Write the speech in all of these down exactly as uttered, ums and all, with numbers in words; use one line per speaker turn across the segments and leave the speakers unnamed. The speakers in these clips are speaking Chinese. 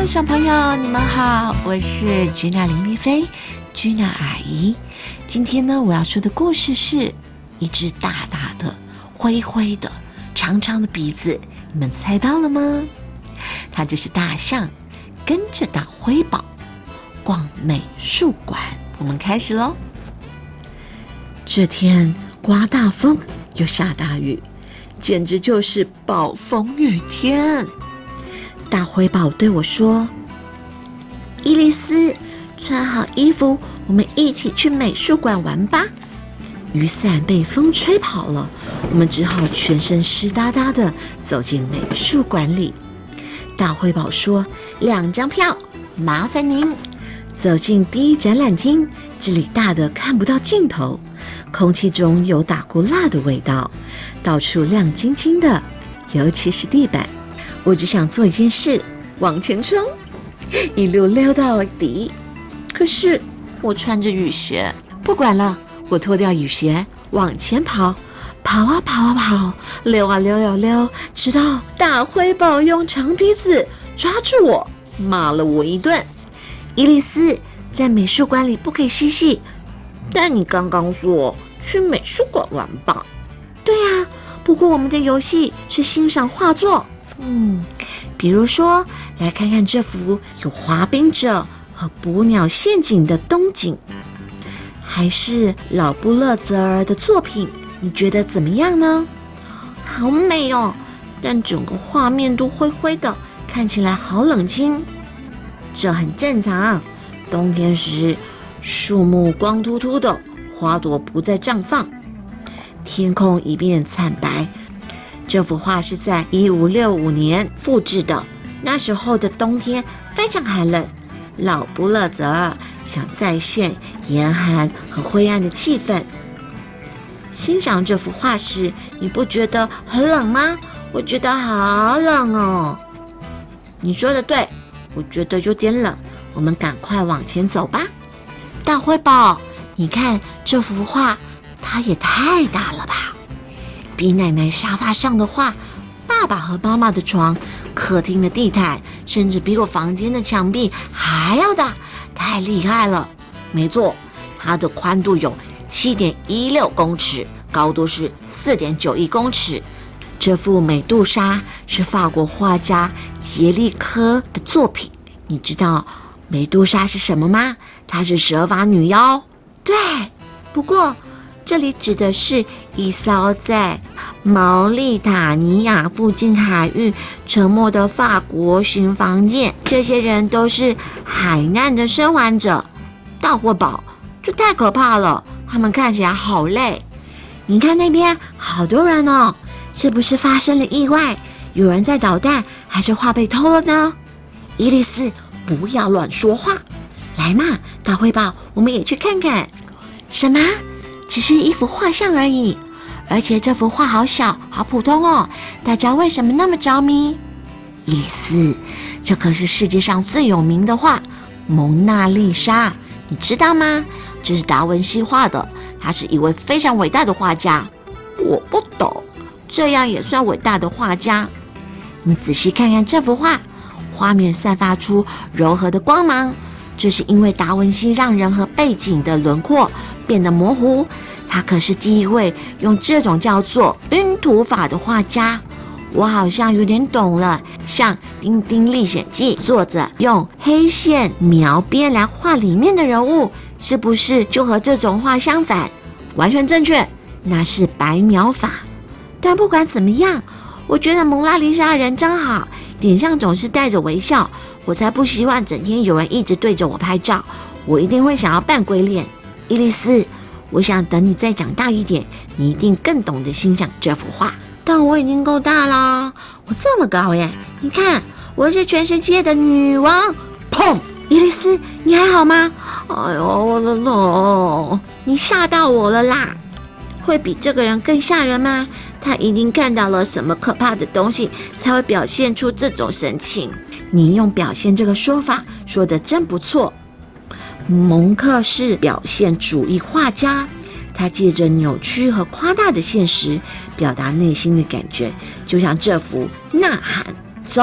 小朋友，你们好，我是居娜林丽菲，居娜阿姨。今天呢，我要说的故事是一只大大的、灰灰的、长长的鼻子，你们猜到了吗？它就是大象，跟着大灰宝逛美术馆。我们开始咯。这天刮大风又下大雨，简直就是暴风雨天。大灰宝对我说：伊丽丝，穿好衣服，我们一起去美术馆玩吧。雨伞被风吹跑了，我们只好全身湿哒哒的走进美术馆里。大灰宝说：两张票，麻烦您。走进第一展览厅，这里大的看不到尽头，空气中有打过蜡的味道，到处亮晶晶的，尤其是地板。我只想做一件事，往前冲，一路溜到底。可是我穿着雨鞋，不管了，我脱掉雨鞋，往前跑，跑啊跑啊跑，溜啊溜啊溜，直到大灰宝用长鼻子抓住我，骂了我一顿。伊丽丝，在美术馆里不可以嬉戏，但你刚刚说去美术馆玩吧？对啊，不过我们的游戏是欣赏画作。嗯，比如说，来看看这幅有滑冰者和捕鸟陷阱的冬景，还是老布勒泽尔的作品，你觉得怎么样呢？好美哦，但整个画面都灰灰的，看起来好冷清。这很正常，冬天时树木光秃秃的，花朵不再绽放，天空一片惨白。这幅画是在一五六五年复制的，那时候的冬天非常寒冷。老布勒泽尔想再现严寒和灰暗的气氛。欣赏这幅画时，你不觉得很冷吗？我觉得好冷哦。你说的对，我觉得有点冷，我们赶快往前走吧。大灰宝，你看这幅画，它也太大了吧！比奶奶沙发上的画，爸爸和妈妈的床，客厅的地毯，甚至比我房间的墙壁还要大，太厉害了。没错，它的宽度有 七点一六公尺，高度是 四点九一公尺。这幅美杜莎是法国画家杰利科的作品。你知道美杜莎是什么吗？她是蛇发女妖。对，不过这里指的是一艘在毛利塔尼亚附近海域沉没的法国巡防舰，这些人都是海难的生还者。大灰宝，这太可怕了，他们看起来好累。你看那边好多人哦，是不是发生了意外？有人在捣蛋，还是画被偷了呢？伊丽丝，不要乱说话。来嘛，大灰宝，我们也去看看。什么？只是一幅画像而已，而且这幅画好小，好普通哦，大家为什么那么着迷？伊丽丝，这可是世界上最有名的画，蒙娜丽莎，你知道吗？这是达文西画的，他是一位非常伟大的画家。我不懂，这样也算伟大的画家？你仔细看看这幅画，画面散发出柔和的光芒，这是因为达文西让人和背景的轮廓变得模糊，他可是第一位用这种叫做晕涂法的画家。我好像有点懂了，像《丁丁历险记》作者用黑线描边来画里面的人物，是不是就和这种画相反？完全正确，那是白描法。但不管怎么样，我觉得蒙娜丽莎人真好，脸上总是带着微笑，我才不希望整天有人一直对着我拍照，我一定会想要扮鬼脸。伊丽丝，我想等你再长大一点，你一定更懂得欣赏这幅画。但我已经够大了，我这么高耶！你看，我是全世界的女王。砰！伊丽丝，你还好吗？哎呦，我的头！你吓到我了啦！会比这个人更吓人吗？他一定看到了什么可怕的东西，才会表现出这种神情。你用表现这个说法说得真不错。蒙克是表现主义画家，他借着扭曲和夸大的现实，表达内心的感觉，就像这幅《呐喊》。走，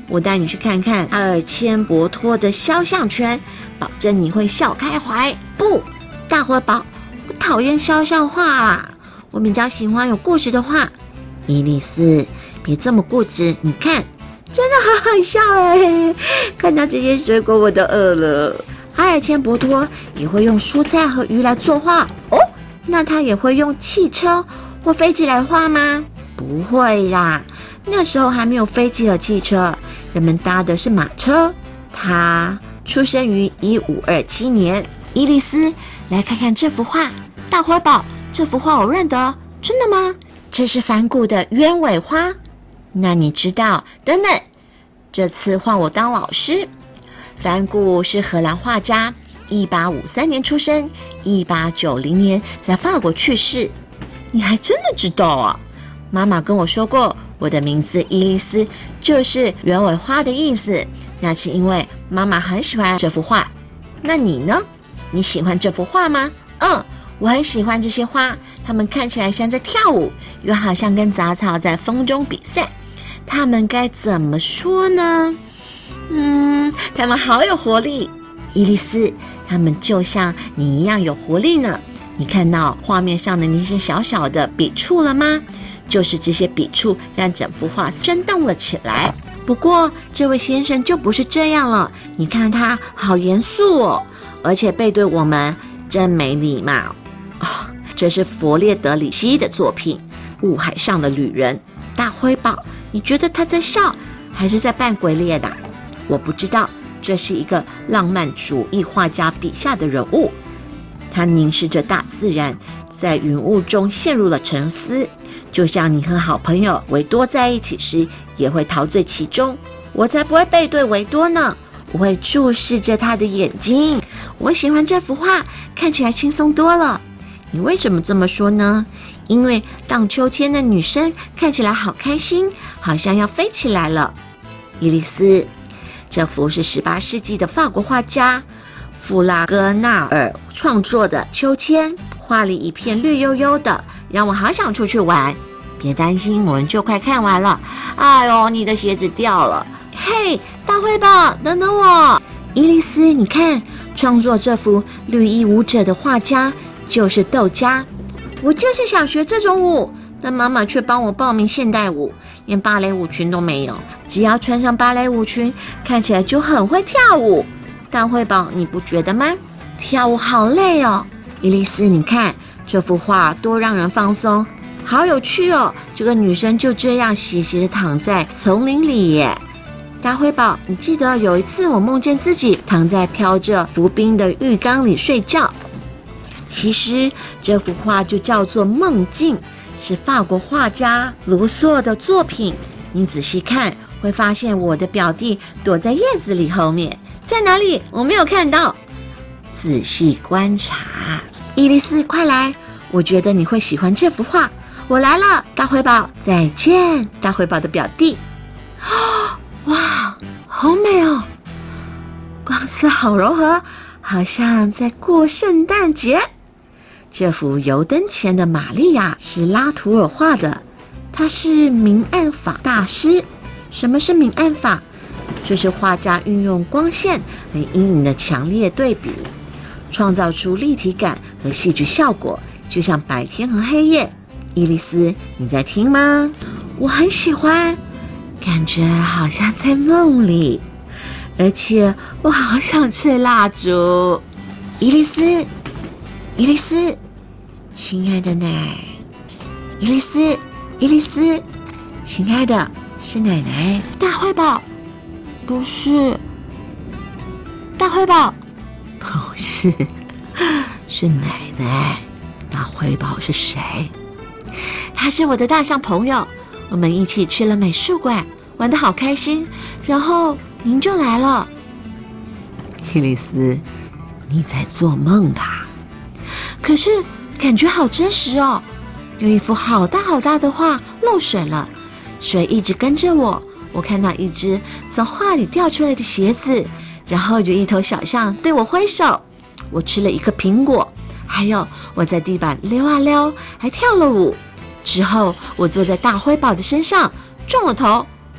我带你去看看阿尔千博托的肖像权，保证你会笑开怀。不，大灰宝，我讨厌肖像画啦，我比较喜欢有故事的画。伊丽丝，别这么固执，你看，真的好好笑哎！看到这些水果，我都饿了。阿尔千博托也会用蔬菜和鱼来作画哦，那他也会用汽车或飞机来画吗？不会啦，那时候还没有飞机和汽车，人们搭的是马车。他出生于一五二七年。伊丽丝，来看看这幅画。大灰宝，这幅画我认得，真的吗？这是梵谷的鸢尾花。那你知道，等等，这次换我当老师。梵谷是荷兰画家，一八五三年出生，一八九零年在法国去世。你还真的知道啊？妈妈跟我说过，我的名字伊丽丝就是鸢尾花的意思。那是因为妈妈很喜欢这幅画。那你呢？你喜欢这幅画吗？嗯，我很喜欢这些花，它们看起来像在跳舞，又好像跟杂草在风中比赛。它们该怎么说呢？嗯，它们好有活力。伊丽丝，它们就像你一样有活力呢。你看到画面上的那些小小的笔触了吗？就是这些笔触让整幅画生动了起来。不过这位先生就不是这样了，你看他好严肃哦，而且背对我们，真没礼貌。哦，这是弗列德里希的作品《雾海上的旅人》。大灰宝，你觉得他在笑还是在扮鬼脸的？我不知道，这是一个浪漫主义画家笔下的人物。他凝视着大自然，在云雾中陷入了沉思，就像你和好朋友维多在一起时也会陶醉其中。我才不会背对维多呢，我会注视着他的眼睛。我喜欢这幅画，看起来轻松多了。你为什么这么说呢？因为荡秋千的女生看起来好开心，好像要飞起来了。伊丽丝，这幅是十八世纪的法国画家弗拉戈纳尔创作的秋千，画里一片绿油油的，让我好想出去玩。别担心，我们就快看完了。哎呦，你的鞋子掉了。嘿，大灰宝，等等我。伊丽丝，你看，创作这幅绿衣舞者的画家就是窦加。我就是想学这种舞，但妈妈却帮我报名现代舞，连芭蕾舞裙都没有。只要穿上芭蕾舞裙，看起来就很会跳舞。大灰宝，你不觉得吗？跳舞好累哦。伊丽丝，你看这幅画多让人放松，好有趣哦。这个女生就这样斜斜地躺在丛林里耶。大灰宝，你记得有一次我梦见自己躺在飘着浮冰的浴缸里睡觉。其实这幅画就叫做《梦境》，是法国画家卢梭的作品。你仔细看，会发现我的表弟躲在叶子里后面。在哪里？我没有看到。仔细观察。伊丽丝，快来，我觉得你会喜欢这幅画。我来了，大灰宝，再见。大灰宝的表弟。哇，好美哦，光色好柔和，好像在过圣诞节。这幅油灯前的玛利亚是拉图尔画的，他是明暗法大师。什么是明暗法？就是画家运用光线和阴影的强烈对比，创造出立体感和戏剧效果，就像白天和黑夜。伊丽丝，你在听吗？我很喜欢，感觉好像在梦里，而且我好想吹蜡烛。伊丽丝，伊丽丝，亲爱的奶，伊丽丝，伊丽丝，亲爱的，是奶奶。大灰宝，不是。大灰宝，不是，是奶奶。大灰宝是谁？他是我的大象朋友，我们一起去了美术馆，玩得好开心，然后您就来了。伊丽丝，你在做梦吧？可是感觉好真实哦，有一幅好大好大的画漏水了，水一直跟着我，我看到一只从画里掉出来的鞋子，然后有一头小象对我挥手，我吃了一个苹果，还有我在地板溜啊溜，还跳了舞。之后我坐在大灰宝的身上，撞了头，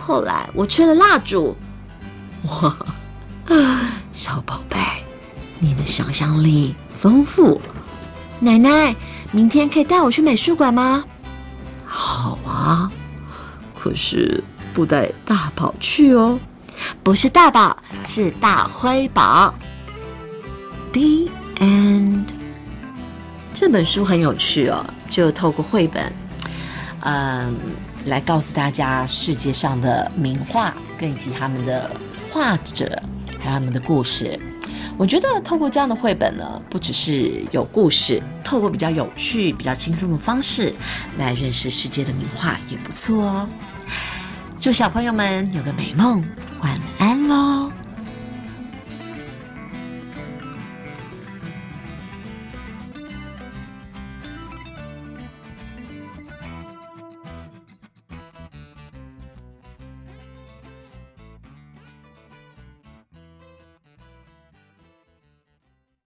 后来我缺了蜡烛。哇，小宝贝，你的想象力丰富。奶奶，明天可以带我去美术馆吗？好啊，可是不带大宝去哦。不是大宝，是大灰宝。The end。这本书很有趣哦，就透过绘本，嗯，来告诉大家世界上的名画，跟以及他们的画者，还有他们的故事。我觉得透过这样的绘本呢，不只是有故事，透过比较有趣、比较轻松的方式来认识世界的名画也不错哦。祝小朋友们有个美梦，晚安喽。